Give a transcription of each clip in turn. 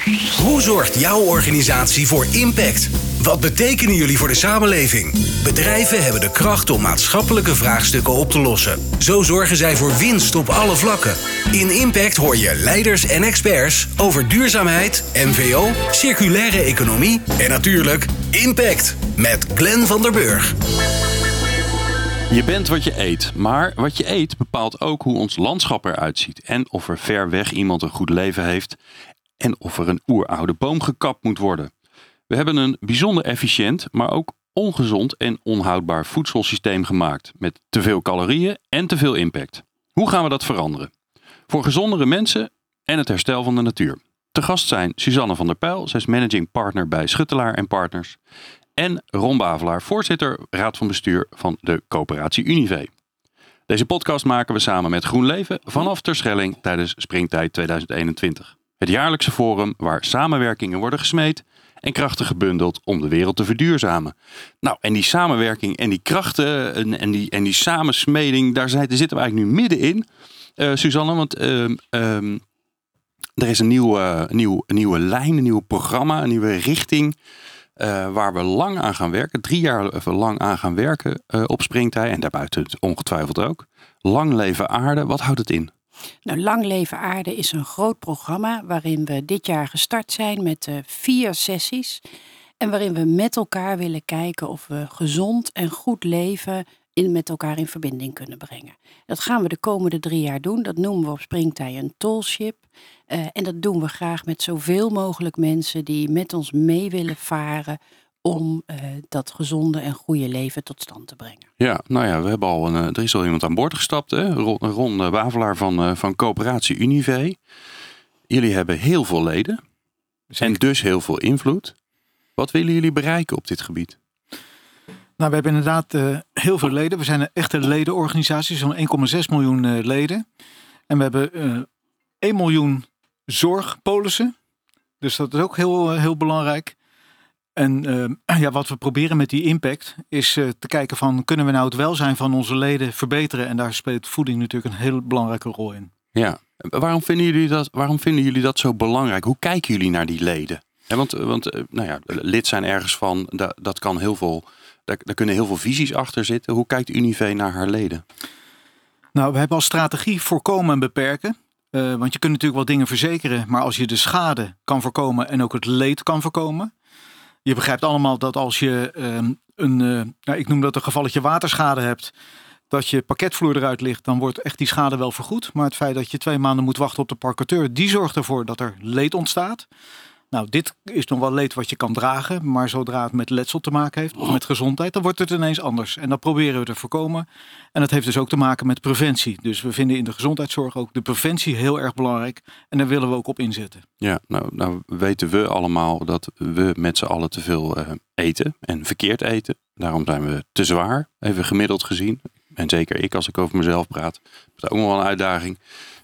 Hoe zorgt jouw organisatie voor impact? Wat betekenen jullie voor de samenleving? Bedrijven hebben de kracht om maatschappelijke vraagstukken op te lossen. Zo zorgen zij voor winst op alle vlakken. In Impact hoor je leiders en experts over duurzaamheid, MVO, circulaire economie en natuurlijk Impact met Glenn van der Burg. Je bent wat je eet, maar wat je eet bepaalt ook hoe ons landschap eruit ziet en of er ver weg iemand een goed leven heeft en of er een oeroude boom gekapt moet worden. We hebben een bijzonder efficiënt, maar ook ongezond en onhoudbaar voedselsysteem gemaakt met te veel calorieën en te veel impact. Hoe gaan we dat veranderen? Voor gezondere mensen en het herstel van de natuur. Te gast zijn Suzanne van der Pijl, zij is managing partner bij Schuttelaar & Partners. En Ron Bavelaar, voorzitter raad van bestuur van de coöperatie Unive. Deze podcast maken we samen met GroenLeven vanaf Terschelling tijdens Springtijd 2021. Het jaarlijkse forum waar samenwerkingen worden gesmeed en krachten gebundeld om de wereld te verduurzamen. Nou, en die samenwerking en die krachten en die samensmeding, daar zitten we eigenlijk nu middenin. Suzanne, want er is een nieuwe lijn, een nieuw programma, een nieuwe richting waar we lang aan gaan werken. 3 jaar lang aan gaan werken op Springtij en daarbuiten ongetwijfeld ook. Lang leven aarde, wat houdt het in? Nou, Lang Leven Aarde is een groot programma waarin we dit jaar gestart zijn met 4 sessies. En waarin we met elkaar willen kijken of we gezond en goed leven met elkaar in verbinding kunnen brengen. Dat gaan we de komende 3 jaar doen. Dat noemen we op Springtij een tollship. En dat doen we graag met zoveel mogelijk mensen die met ons mee willen varen om dat gezonde en goede leven tot stand te brengen. Ja, nou ja, we hebben er is al iemand aan boord gestapt. Hè? Ron Bavelaar van coöperatie Unive. Jullie hebben heel veel leden. Zeker. En dus heel veel invloed. Wat willen jullie bereiken op dit gebied? Nou, we hebben inderdaad heel veel leden. We zijn een echte ledenorganisatie, zo'n 1,6 miljoen leden. En we hebben 1 miljoen zorgpolissen. Dus dat is ook heel belangrijk. En wat we proberen met die impact is te kijken van, kunnen we nou het welzijn van onze leden verbeteren? En daar speelt voeding natuurlijk een heel belangrijke rol in. Ja, waarom vinden jullie dat zo belangrijk? Hoe kijken jullie naar die leden? Ja, want lid zijn ergens van, dat kan heel veel, daar kunnen heel veel visies achter zitten. Hoe kijkt Unive naar haar leden? Nou, we hebben als strategie voorkomen en beperken. Want je kunt natuurlijk wel dingen verzekeren, maar als je de schade kan voorkomen en ook het leed kan voorkomen. Je begrijpt allemaal dat als je ik noem dat een gevalletje waterschade hebt, dat je parketvloer eruit ligt, dan wordt echt die schade wel vergoed. Maar het feit dat je 2 maanden moet wachten op de parketeur, die zorgt ervoor dat er leed ontstaat. Nou, dit is nog wel leed wat je kan dragen, maar zodra het met letsel te maken heeft of met gezondheid, dan wordt het ineens anders. En dat proberen we te voorkomen. En dat heeft dus ook te maken met preventie. Dus we vinden in de gezondheidszorg ook de preventie heel erg belangrijk. En daar willen we ook op inzetten. Ja, nou weten we allemaal dat we met z'n allen te veel eten en verkeerd eten. Daarom zijn we te zwaar, even gemiddeld gezien. En zeker ik, als ik over mezelf praat, is dat ook nog wel een uitdaging.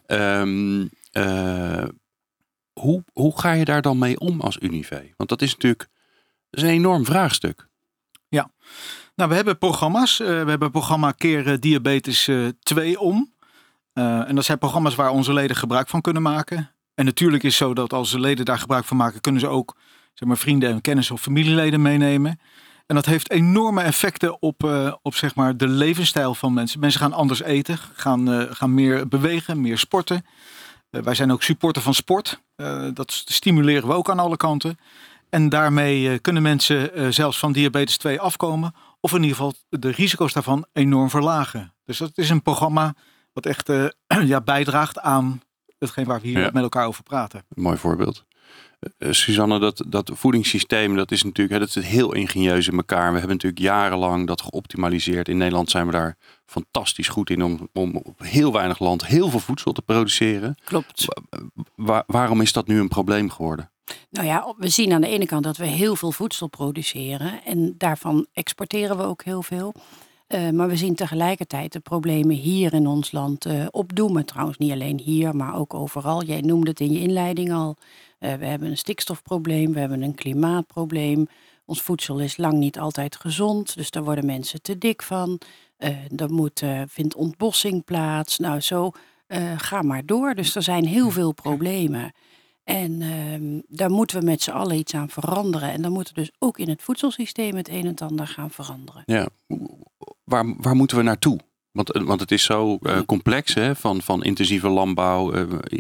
Hoe ga je daar dan mee om als Unive? Want dat is natuurlijk een enorm vraagstuk. Ja, nou we hebben programma's. We hebben een programma Keer Diabetes 2 om. En dat zijn programma's waar onze leden gebruik van kunnen maken. En natuurlijk is het zo dat als de leden daar gebruik van maken, kunnen ze ook vrienden en kennissen of familieleden meenemen. En dat heeft enorme effecten op de levensstijl van mensen. Mensen gaan anders eten, gaan meer bewegen, meer sporten. Wij zijn ook supporter van sport. Dat stimuleren we ook aan alle kanten. En daarmee kunnen mensen zelfs van diabetes 2 afkomen. Of in ieder geval de risico's daarvan enorm verlagen. Dus dat is een programma wat echt bijdraagt aan hetgeen waar we hier met elkaar over praten. Mooi voorbeeld. Suzanne, dat voedingssysteem, dat is natuurlijk dat is heel ingenieus in elkaar. We hebben natuurlijk jarenlang dat geoptimaliseerd. In Nederland zijn we daar fantastisch goed in om op heel weinig land heel veel voedsel te produceren. Klopt. Waarom is dat nu een probleem geworden? Nou ja, we zien aan de ene kant dat we heel veel voedsel produceren. En daarvan exporteren we ook heel veel. Maar we zien tegelijkertijd de problemen hier in ons land opdoemen. Trouwens niet alleen hier, maar ook overal. Jij noemde het in je inleiding al. We hebben een stikstofprobleem, we hebben een klimaatprobleem. Ons voedsel is lang niet altijd gezond, dus daar worden mensen te dik van. Vindt ontbossing plaats. Nou, zo ga maar door. Dus er zijn heel veel problemen. En daar moeten we met z'n allen iets aan veranderen. En dan moet er dus ook in het voedselsysteem het een en ander gaan veranderen. Ja, waar moeten we naartoe? Want het is zo complex, hè? Van intensieve landbouw.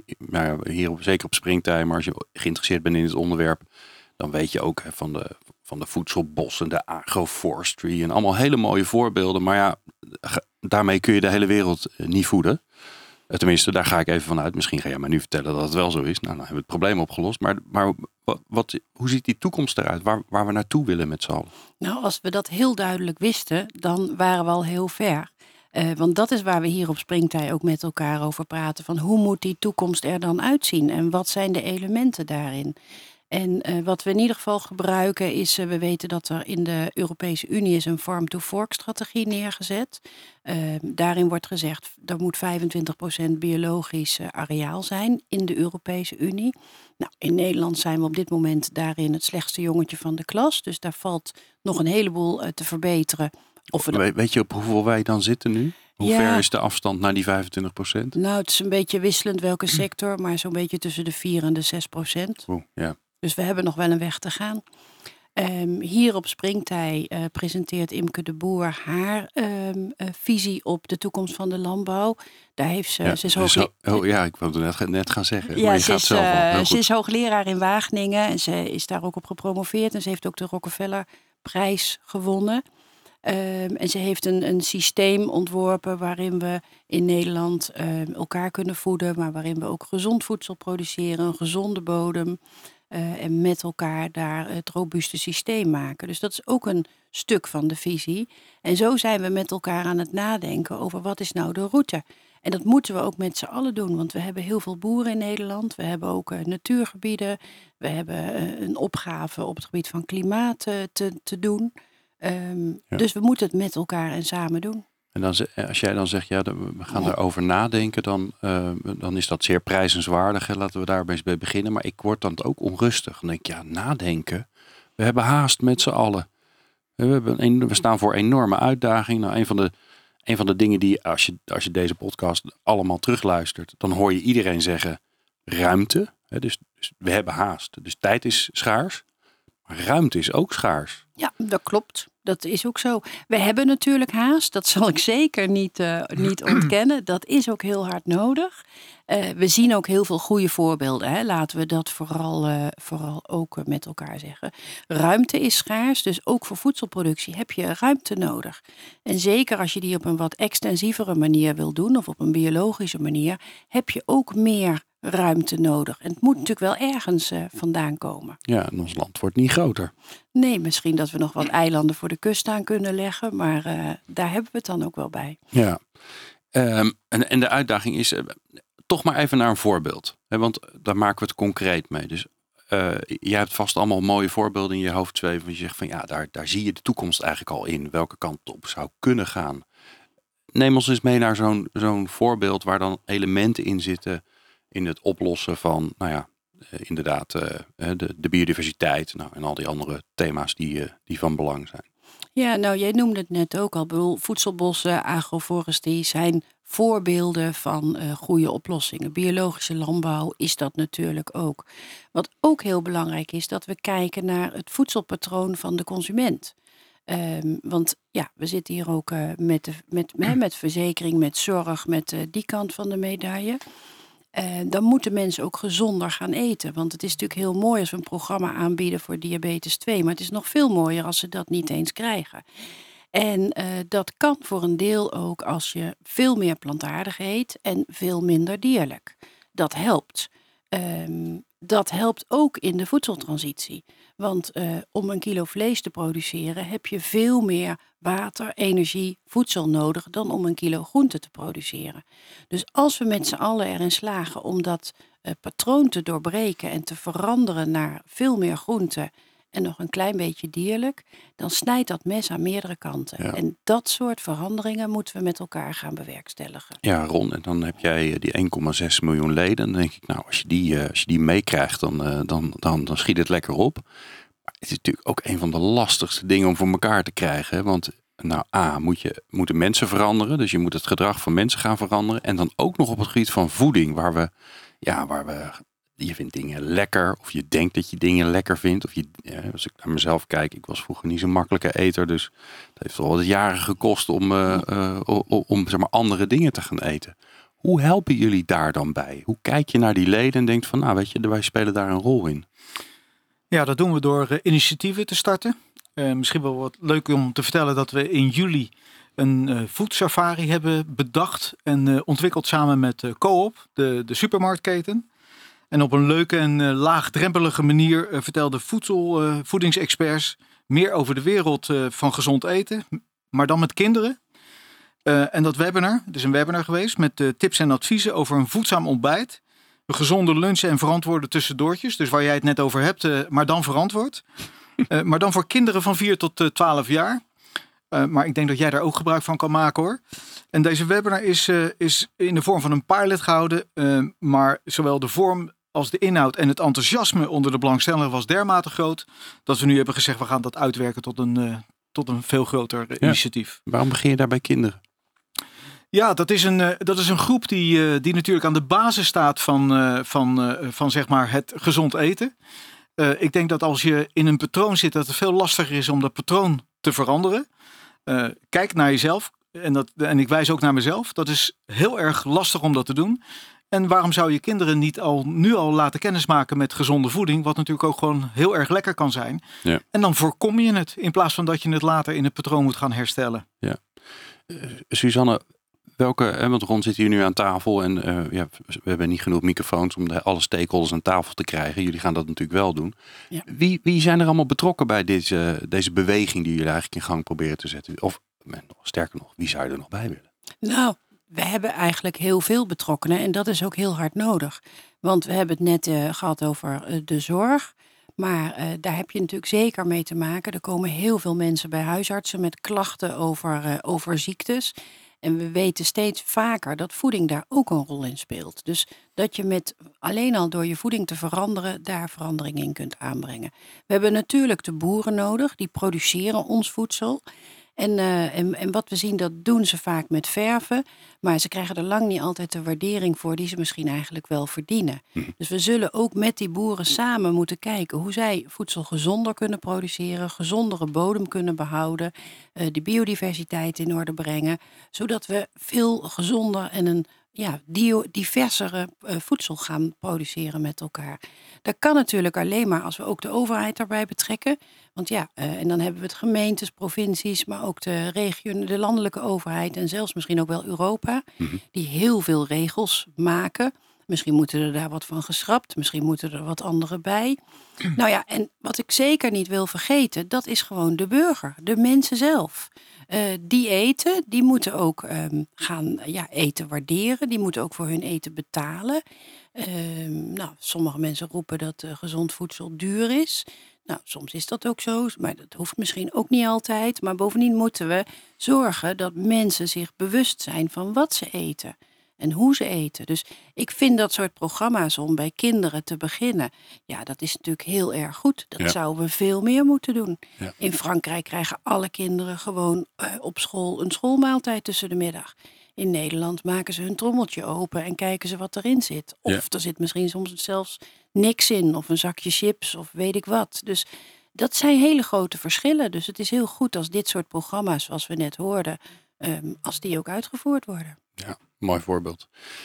Zeker op springtij, maar als je geïnteresseerd bent in het onderwerp, dan weet je ook van de voedselbossen, de agroforestry en allemaal hele mooie voorbeelden. Maar ja, daarmee kun je de hele wereld niet voeden. Tenminste, daar ga ik even vanuit. Misschien ga jij mij nu vertellen dat het wel zo is. Nou, dan hebben we het probleem opgelost. Maar hoe ziet die toekomst eruit? Waar we naartoe willen met z'n allen? Nou, als we dat heel duidelijk wisten, dan waren we al heel ver. Want dat is waar we hier op Springtij ook met elkaar over praten. Van hoe moet die toekomst er dan uitzien? En wat zijn de elementen daarin? En wat we in ieder geval gebruiken is, we weten dat er in de Europese Unie is een farm-to-fork strategie neergezet. Daarin wordt gezegd, er moet 25% biologisch areaal zijn in de Europese Unie. Nou, in Nederland zijn we op dit moment daarin het slechtste jongetje van de klas. Dus daar valt nog een heleboel te verbeteren. Weet je op hoeveel wij dan zitten nu? Hoe ver is de afstand naar die 25%? Nou, het is een beetje wisselend welke sector, maar zo'n beetje tussen de 4 en de 6%. Ja. Dus we hebben nog wel een weg te gaan. Hier op Springtij presenteert Imke de Boer haar visie op de toekomst van de landbouw. Daar heeft ze. Ze is ik wilde net gaan zeggen. Ja, maar je gaat zelf al. Ze is hoogleraar in Wageningen en ze is daar ook op gepromoveerd. En ze heeft ook de Rockefeller-prijs gewonnen. En ze heeft een systeem ontworpen waarin we in Nederland elkaar kunnen voeden, maar waarin we ook gezond voedsel produceren, een gezonde bodem. En met elkaar daar het robuuste systeem maken. Dus dat is ook een stuk van de visie. En zo zijn we met elkaar aan het nadenken over wat is nou de route. En dat moeten we ook met z'n allen doen. Want we hebben heel veel boeren in Nederland. We hebben ook natuurgebieden. We hebben een opgave op het gebied van klimaat te doen. Dus we moeten het met elkaar en samen doen. En als jij dan zegt, we gaan erover nadenken, dan is dat zeer prijzenswaardig. Hè? Laten we daar eens bij beginnen. Maar ik word dan ook onrustig. Dan denk ik, nadenken. We hebben haast met z'n allen. We staan voor enorme uitdagingen. Nou, een van de dingen die, als je deze podcast allemaal terugluistert, dan hoor je iedereen zeggen, ruimte. Hè? Dus we hebben haast. Dus tijd is schaars. Maar ruimte is ook schaars. Ja, dat klopt. Dat is ook zo. We hebben natuurlijk haast. Dat zal ik zeker niet ontkennen. Dat is ook heel hard nodig. We zien ook heel veel goede voorbeelden. Hè. Laten we dat vooral ook met elkaar zeggen. Ruimte is schaars. Dus ook voor voedselproductie heb je ruimte nodig. En zeker als je die op een wat extensievere manier wil doen, of op een biologische manier, heb je ook meer ruimte nodig. En het moet natuurlijk wel ergens vandaan komen. Ja, en ons land wordt niet groter. Nee, misschien dat we nog wat eilanden voor de kust aan kunnen leggen. Maar daar hebben we het dan ook wel bij. Ja, en de uitdaging is toch maar even naar een voorbeeld. Hè, want daar maken we het concreet mee. Dus jij hebt vast allemaal mooie voorbeelden in je hoofd zweven. Want je zegt van daar zie je de toekomst eigenlijk al in. Welke kant het op zou kunnen gaan. Neem ons eens mee naar zo'n voorbeeld waar dan elementen in zitten in het oplossen van, inderdaad, de biodiversiteit en al die andere thema's die van belang zijn. Ja, nou, jij noemde het net ook al. Voedselbossen, agroforestry zijn voorbeelden van goede oplossingen. Biologische landbouw is dat natuurlijk ook. Wat ook heel belangrijk is, dat we kijken naar het voedselpatroon van de consument. Want we zitten hier ook met verzekering, met zorg, met die kant van de medaille. Dan moeten mensen ook gezonder gaan eten. Want het is natuurlijk heel mooi als we een programma aanbieden voor diabetes 2. Maar het is nog veel mooier als ze dat niet eens krijgen. En dat kan voor een deel ook als je veel meer plantaardig eet en veel minder dierlijk. Dat helpt. Dat helpt ook in de voedseltransitie. Want om een kilo vlees te produceren heb je veel meer water, energie, voedsel nodig dan om een kilo groente te produceren. Dus als we met z'n allen erin slagen om dat patroon te doorbreken en te veranderen naar veel meer groente en nog een klein beetje dierlijk, dan snijdt dat mes aan meerdere kanten. Ja. En dat soort veranderingen moeten we met elkaar gaan bewerkstelligen. Ja, Ron, en dan heb jij die 1,6 miljoen leden. Dan denk ik, als je die meekrijgt, dan schiet het lekker op. Maar het is natuurlijk ook een van de lastigste dingen om voor elkaar te krijgen. Hè? Want moeten mensen veranderen. Dus je moet het gedrag van mensen gaan veranderen. En dan ook nog op het gebied van voeding, waar we je vindt dingen lekker. Of je denkt dat je dingen lekker vindt. Of als ik naar mezelf kijk. Ik was vroeger niet zo'n makkelijke eter. Dus het heeft wel wat jaren gekost om zeg maar andere dingen te gaan eten. Hoe helpen jullie daar dan bij? Hoe kijk je naar die leden en denkt van, nou weet je, wij spelen daar een rol in? Ja, dat doen we door initiatieven te starten. Misschien wel wat leuk om te vertellen dat we in juli een food safari hebben bedacht en ontwikkeld samen met Coop, de supermarktketen. En op een leuke en laagdrempelige manier vertelden voedingsexperts meer over de wereld van gezond eten, maar dan met kinderen. En dat webinar, het is een webinar geweest met tips en adviezen over een voedzaam ontbijt, een gezonde lunch en verantwoorde tussendoortjes. Dus waar jij het net over hebt, maar dan verantwoord. Maar dan voor kinderen van 4 tot 12 jaar. Maar ik denk dat jij daar ook gebruik van kan maken hoor. En deze webinar is in de vorm van een pilot gehouden. Maar zowel de vorm als de inhoud en het enthousiasme onder de belangstellenden was dermate groot, dat we nu hebben gezegd we gaan dat uitwerken tot een veel groter initiatief. Waarom begin je daar bij kinderen? Ja, dat is een groep die natuurlijk aan de basis staat van zeg maar het gezond eten. Ik denk dat als je in een patroon zit, dat het veel lastiger is om dat patroon te veranderen. Kijk naar jezelf. En ik wijs ook naar mezelf. Dat is heel erg lastig om dat te doen. En waarom zou je kinderen niet nu al laten kennismaken met gezonde voeding? Wat natuurlijk ook gewoon heel erg lekker kan zijn. Ja. En dan voorkom je het. In plaats van dat je het later in het patroon moet gaan herstellen. Ja. Suzanne, want Ron zit hier nu aan tafel. En we hebben niet genoeg microfoons om alle stakeholders aan tafel te krijgen. Jullie gaan dat natuurlijk wel doen. Ja. Wie zijn er allemaal betrokken bij deze beweging die jullie eigenlijk in gang proberen te zetten? Of sterker nog, wie zou je er nog bij willen? Nou, we hebben eigenlijk heel veel betrokkenen en dat is ook heel hard nodig. Want we hebben het net gehad over de zorg. Maar daar heb je natuurlijk zeker mee te maken. Er komen heel veel mensen bij huisartsen met klachten over ziektes. En we weten steeds vaker dat voeding daar ook een rol in speelt. Dus dat je alleen al door je voeding te veranderen, daar verandering in kunt aanbrengen. We hebben natuurlijk de boeren nodig, die produceren ons voedsel. En wat we zien, dat doen ze vaak met verven. Maar ze krijgen er lang niet altijd de waardering voor die ze misschien eigenlijk wel verdienen. Dus we zullen ook met die boeren samen moeten kijken hoe zij voedsel gezonder kunnen produceren, gezondere bodem kunnen behouden, de biodiversiteit in orde brengen, zodat we veel gezonder en een diversere voedsel gaan produceren met elkaar. Dat kan natuurlijk alleen maar als we ook de overheid daarbij betrekken. Want en dan hebben we het gemeentes, provincies, maar ook de landelijke overheid en zelfs misschien ook wel Europa, die heel veel regels maken. Misschien moeten er daar wat van geschrapt, misschien moeten er wat andere bij. Nou ja, en wat ik zeker niet wil vergeten, dat is gewoon de burger, de mensen zelf. Die eten, die moeten ook gaan eten waarderen. Die moeten ook voor hun eten betalen. Sommige mensen roepen dat gezond voedsel duur is. Nou, soms is dat ook zo, maar dat hoeft misschien ook niet altijd. Maar bovendien moeten we zorgen dat mensen zich bewust zijn van wat ze eten. En hoe ze eten. Dus ik vind dat soort programma's om bij kinderen te beginnen. Ja, dat is natuurlijk heel erg goed. Dat zouden we veel meer moeten doen. Ja. In Frankrijk krijgen alle kinderen gewoon op school een schoolmaaltijd tussen de middag. In Nederland maken ze hun trommeltje open en kijken ze wat erin zit. Of er zit misschien soms zelfs niks in. Of een zakje chips of weet ik wat. Dus dat zijn hele grote verschillen. Dus het is heel goed als dit soort programma's, zoals we net hoorden, als die ook uitgevoerd worden. Ja, mooi voorbeeld.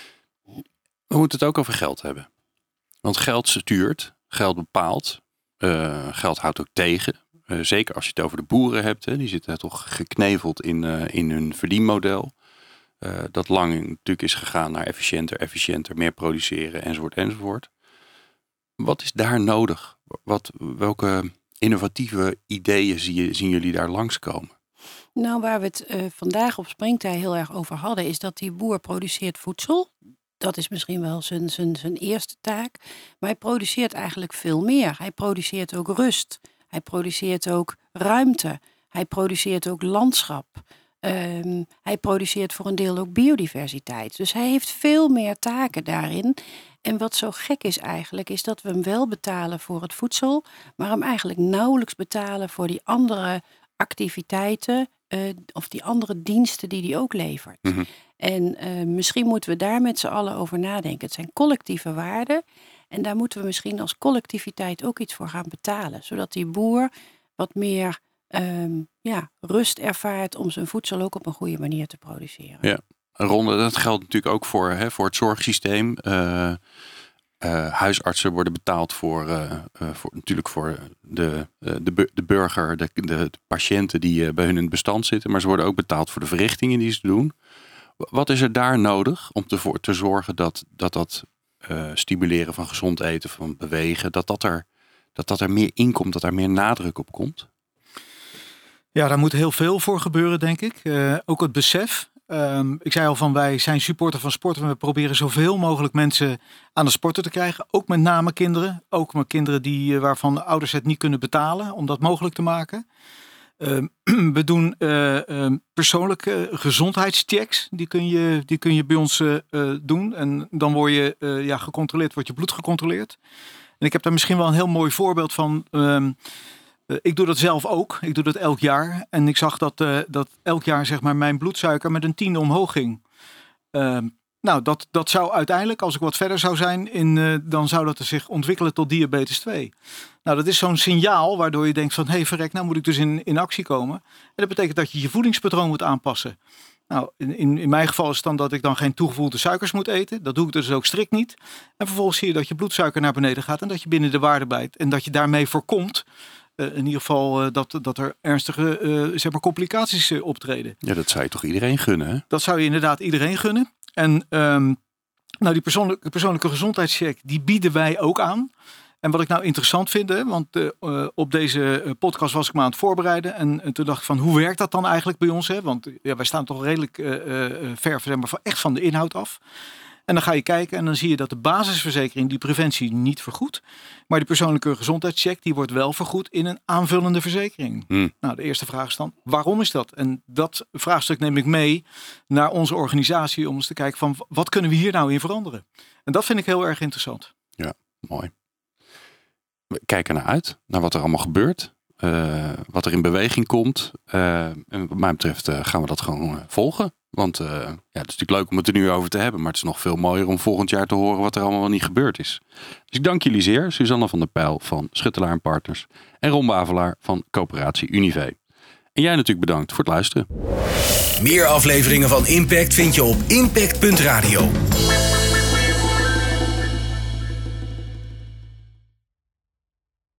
We moeten het ook over geld hebben. Want geld stuurt, geld bepaalt, geld houdt ook tegen. Zeker als je het over de boeren hebt. Die zitten toch gekneveld in hun verdienmodel. Dat lang natuurlijk is gegaan naar efficiënter, meer produceren enzovoort. Wat is daar nodig? Welke innovatieve ideeën zien jullie daar langskomen? Nou, waar we het vandaag op Springtij heel erg over hadden, is dat die boer produceert voedsel. Dat is misschien wel zijn eerste taak. Maar hij produceert eigenlijk veel meer. Hij produceert ook rust. Hij produceert ook ruimte. Hij produceert ook landschap. Hij produceert voor een deel ook biodiversiteit. Dus hij heeft veel meer taken daarin. En wat zo gek is eigenlijk, is dat we hem wel betalen voor het voedsel, maar hem eigenlijk nauwelijks betalen voor die andere activiteiten of die andere diensten die hij ook levert. En misschien moeten we daar met z'n allen over nadenken. Het zijn collectieve waarden. En daar moeten we misschien als collectiviteit ook iets voor gaan betalen. Zodat die boer wat meer rust ervaart om zijn voedsel ook op een goede manier te produceren. Ja, Ronde, dat geldt natuurlijk ook voor het zorgsysteem. Huisartsen worden betaald voor de burger, de patiënten die bij hun in het bestand zitten. Maar ze worden ook betaald voor de verrichtingen die ze doen. Wat is er daar nodig om te zorgen dat stimuleren van gezond eten, van bewegen, dat er meer inkomt, dat er meer nadruk op komt? Ja, daar moet heel veel voor gebeuren, denk ik. Ook het besef. Ik zei al wij zijn supporter van sport. En we proberen zoveel mogelijk mensen aan de sporten te krijgen. Ook met name kinderen. Ook met kinderen waarvan ouders het niet kunnen betalen. Om dat mogelijk te maken. We doen persoonlijke gezondheidschecks. Die kun je bij ons doen. En dan word je gecontroleerd. Wordt je bloed gecontroleerd. En ik heb daar misschien wel een heel mooi voorbeeld van. Ik doe dat zelf ook. Ik doe dat elk jaar. En ik zag dat elk jaar zeg maar mijn bloedsuiker met een 10 omhoog ging. Dat zou uiteindelijk, als ik wat verder zou zijn, dan zou dat zich ontwikkelen tot diabetes 2. Nou, dat is zo'n signaal waardoor je denkt van, hé verrek, nou moet ik dus in actie komen. En dat betekent dat je je voedingspatroon moet aanpassen. Nou, in mijn geval is het dan dat ik dan geen toegevoegde suikers moet eten. Dat doe ik dus ook strikt niet. En vervolgens zie je dat je bloedsuiker naar beneden gaat en dat je binnen de waarde bijt. En dat je daarmee voorkomt in ieder geval dat er ernstige complicaties optreden. Ja, dat zou je toch iedereen gunnen, hè? Dat zou je inderdaad iedereen gunnen. En die persoonlijke gezondheidscheck, die bieden wij ook aan. En wat ik nou interessant vind, want op deze podcast was ik me aan het voorbereiden. En toen dacht ik van, hoe werkt dat dan eigenlijk bij ons? Hè? Want wij staan toch redelijk ver echt van de inhoud af. En dan ga je kijken en dan zie je dat de basisverzekering die preventie niet vergoedt. Maar die persoonlijke gezondheidscheck die wordt wel vergoed in een aanvullende verzekering. Nou, de eerste vraag is dan, waarom is dat? En dat vraagstuk neem ik mee naar onze organisatie om eens te kijken van, wat kunnen we hier nou in veranderen? En dat vind ik heel erg interessant. Ja, mooi. We kijken naar uit, naar wat er allemaal gebeurt. Wat er in beweging komt. En wat mij betreft gaan we dat gewoon volgen. Want het is natuurlijk leuk om het er nu over te hebben. Maar het is nog veel mooier om volgend jaar te horen wat er allemaal wel niet gebeurd is. Dus ik dank jullie zeer. Suzanne van der Pijl van Schuttelaar & Partners. En Ron Bavelaar van Coöperatie Univé. En jij natuurlijk bedankt voor het luisteren. Meer afleveringen van Impact vind je op impact.radio.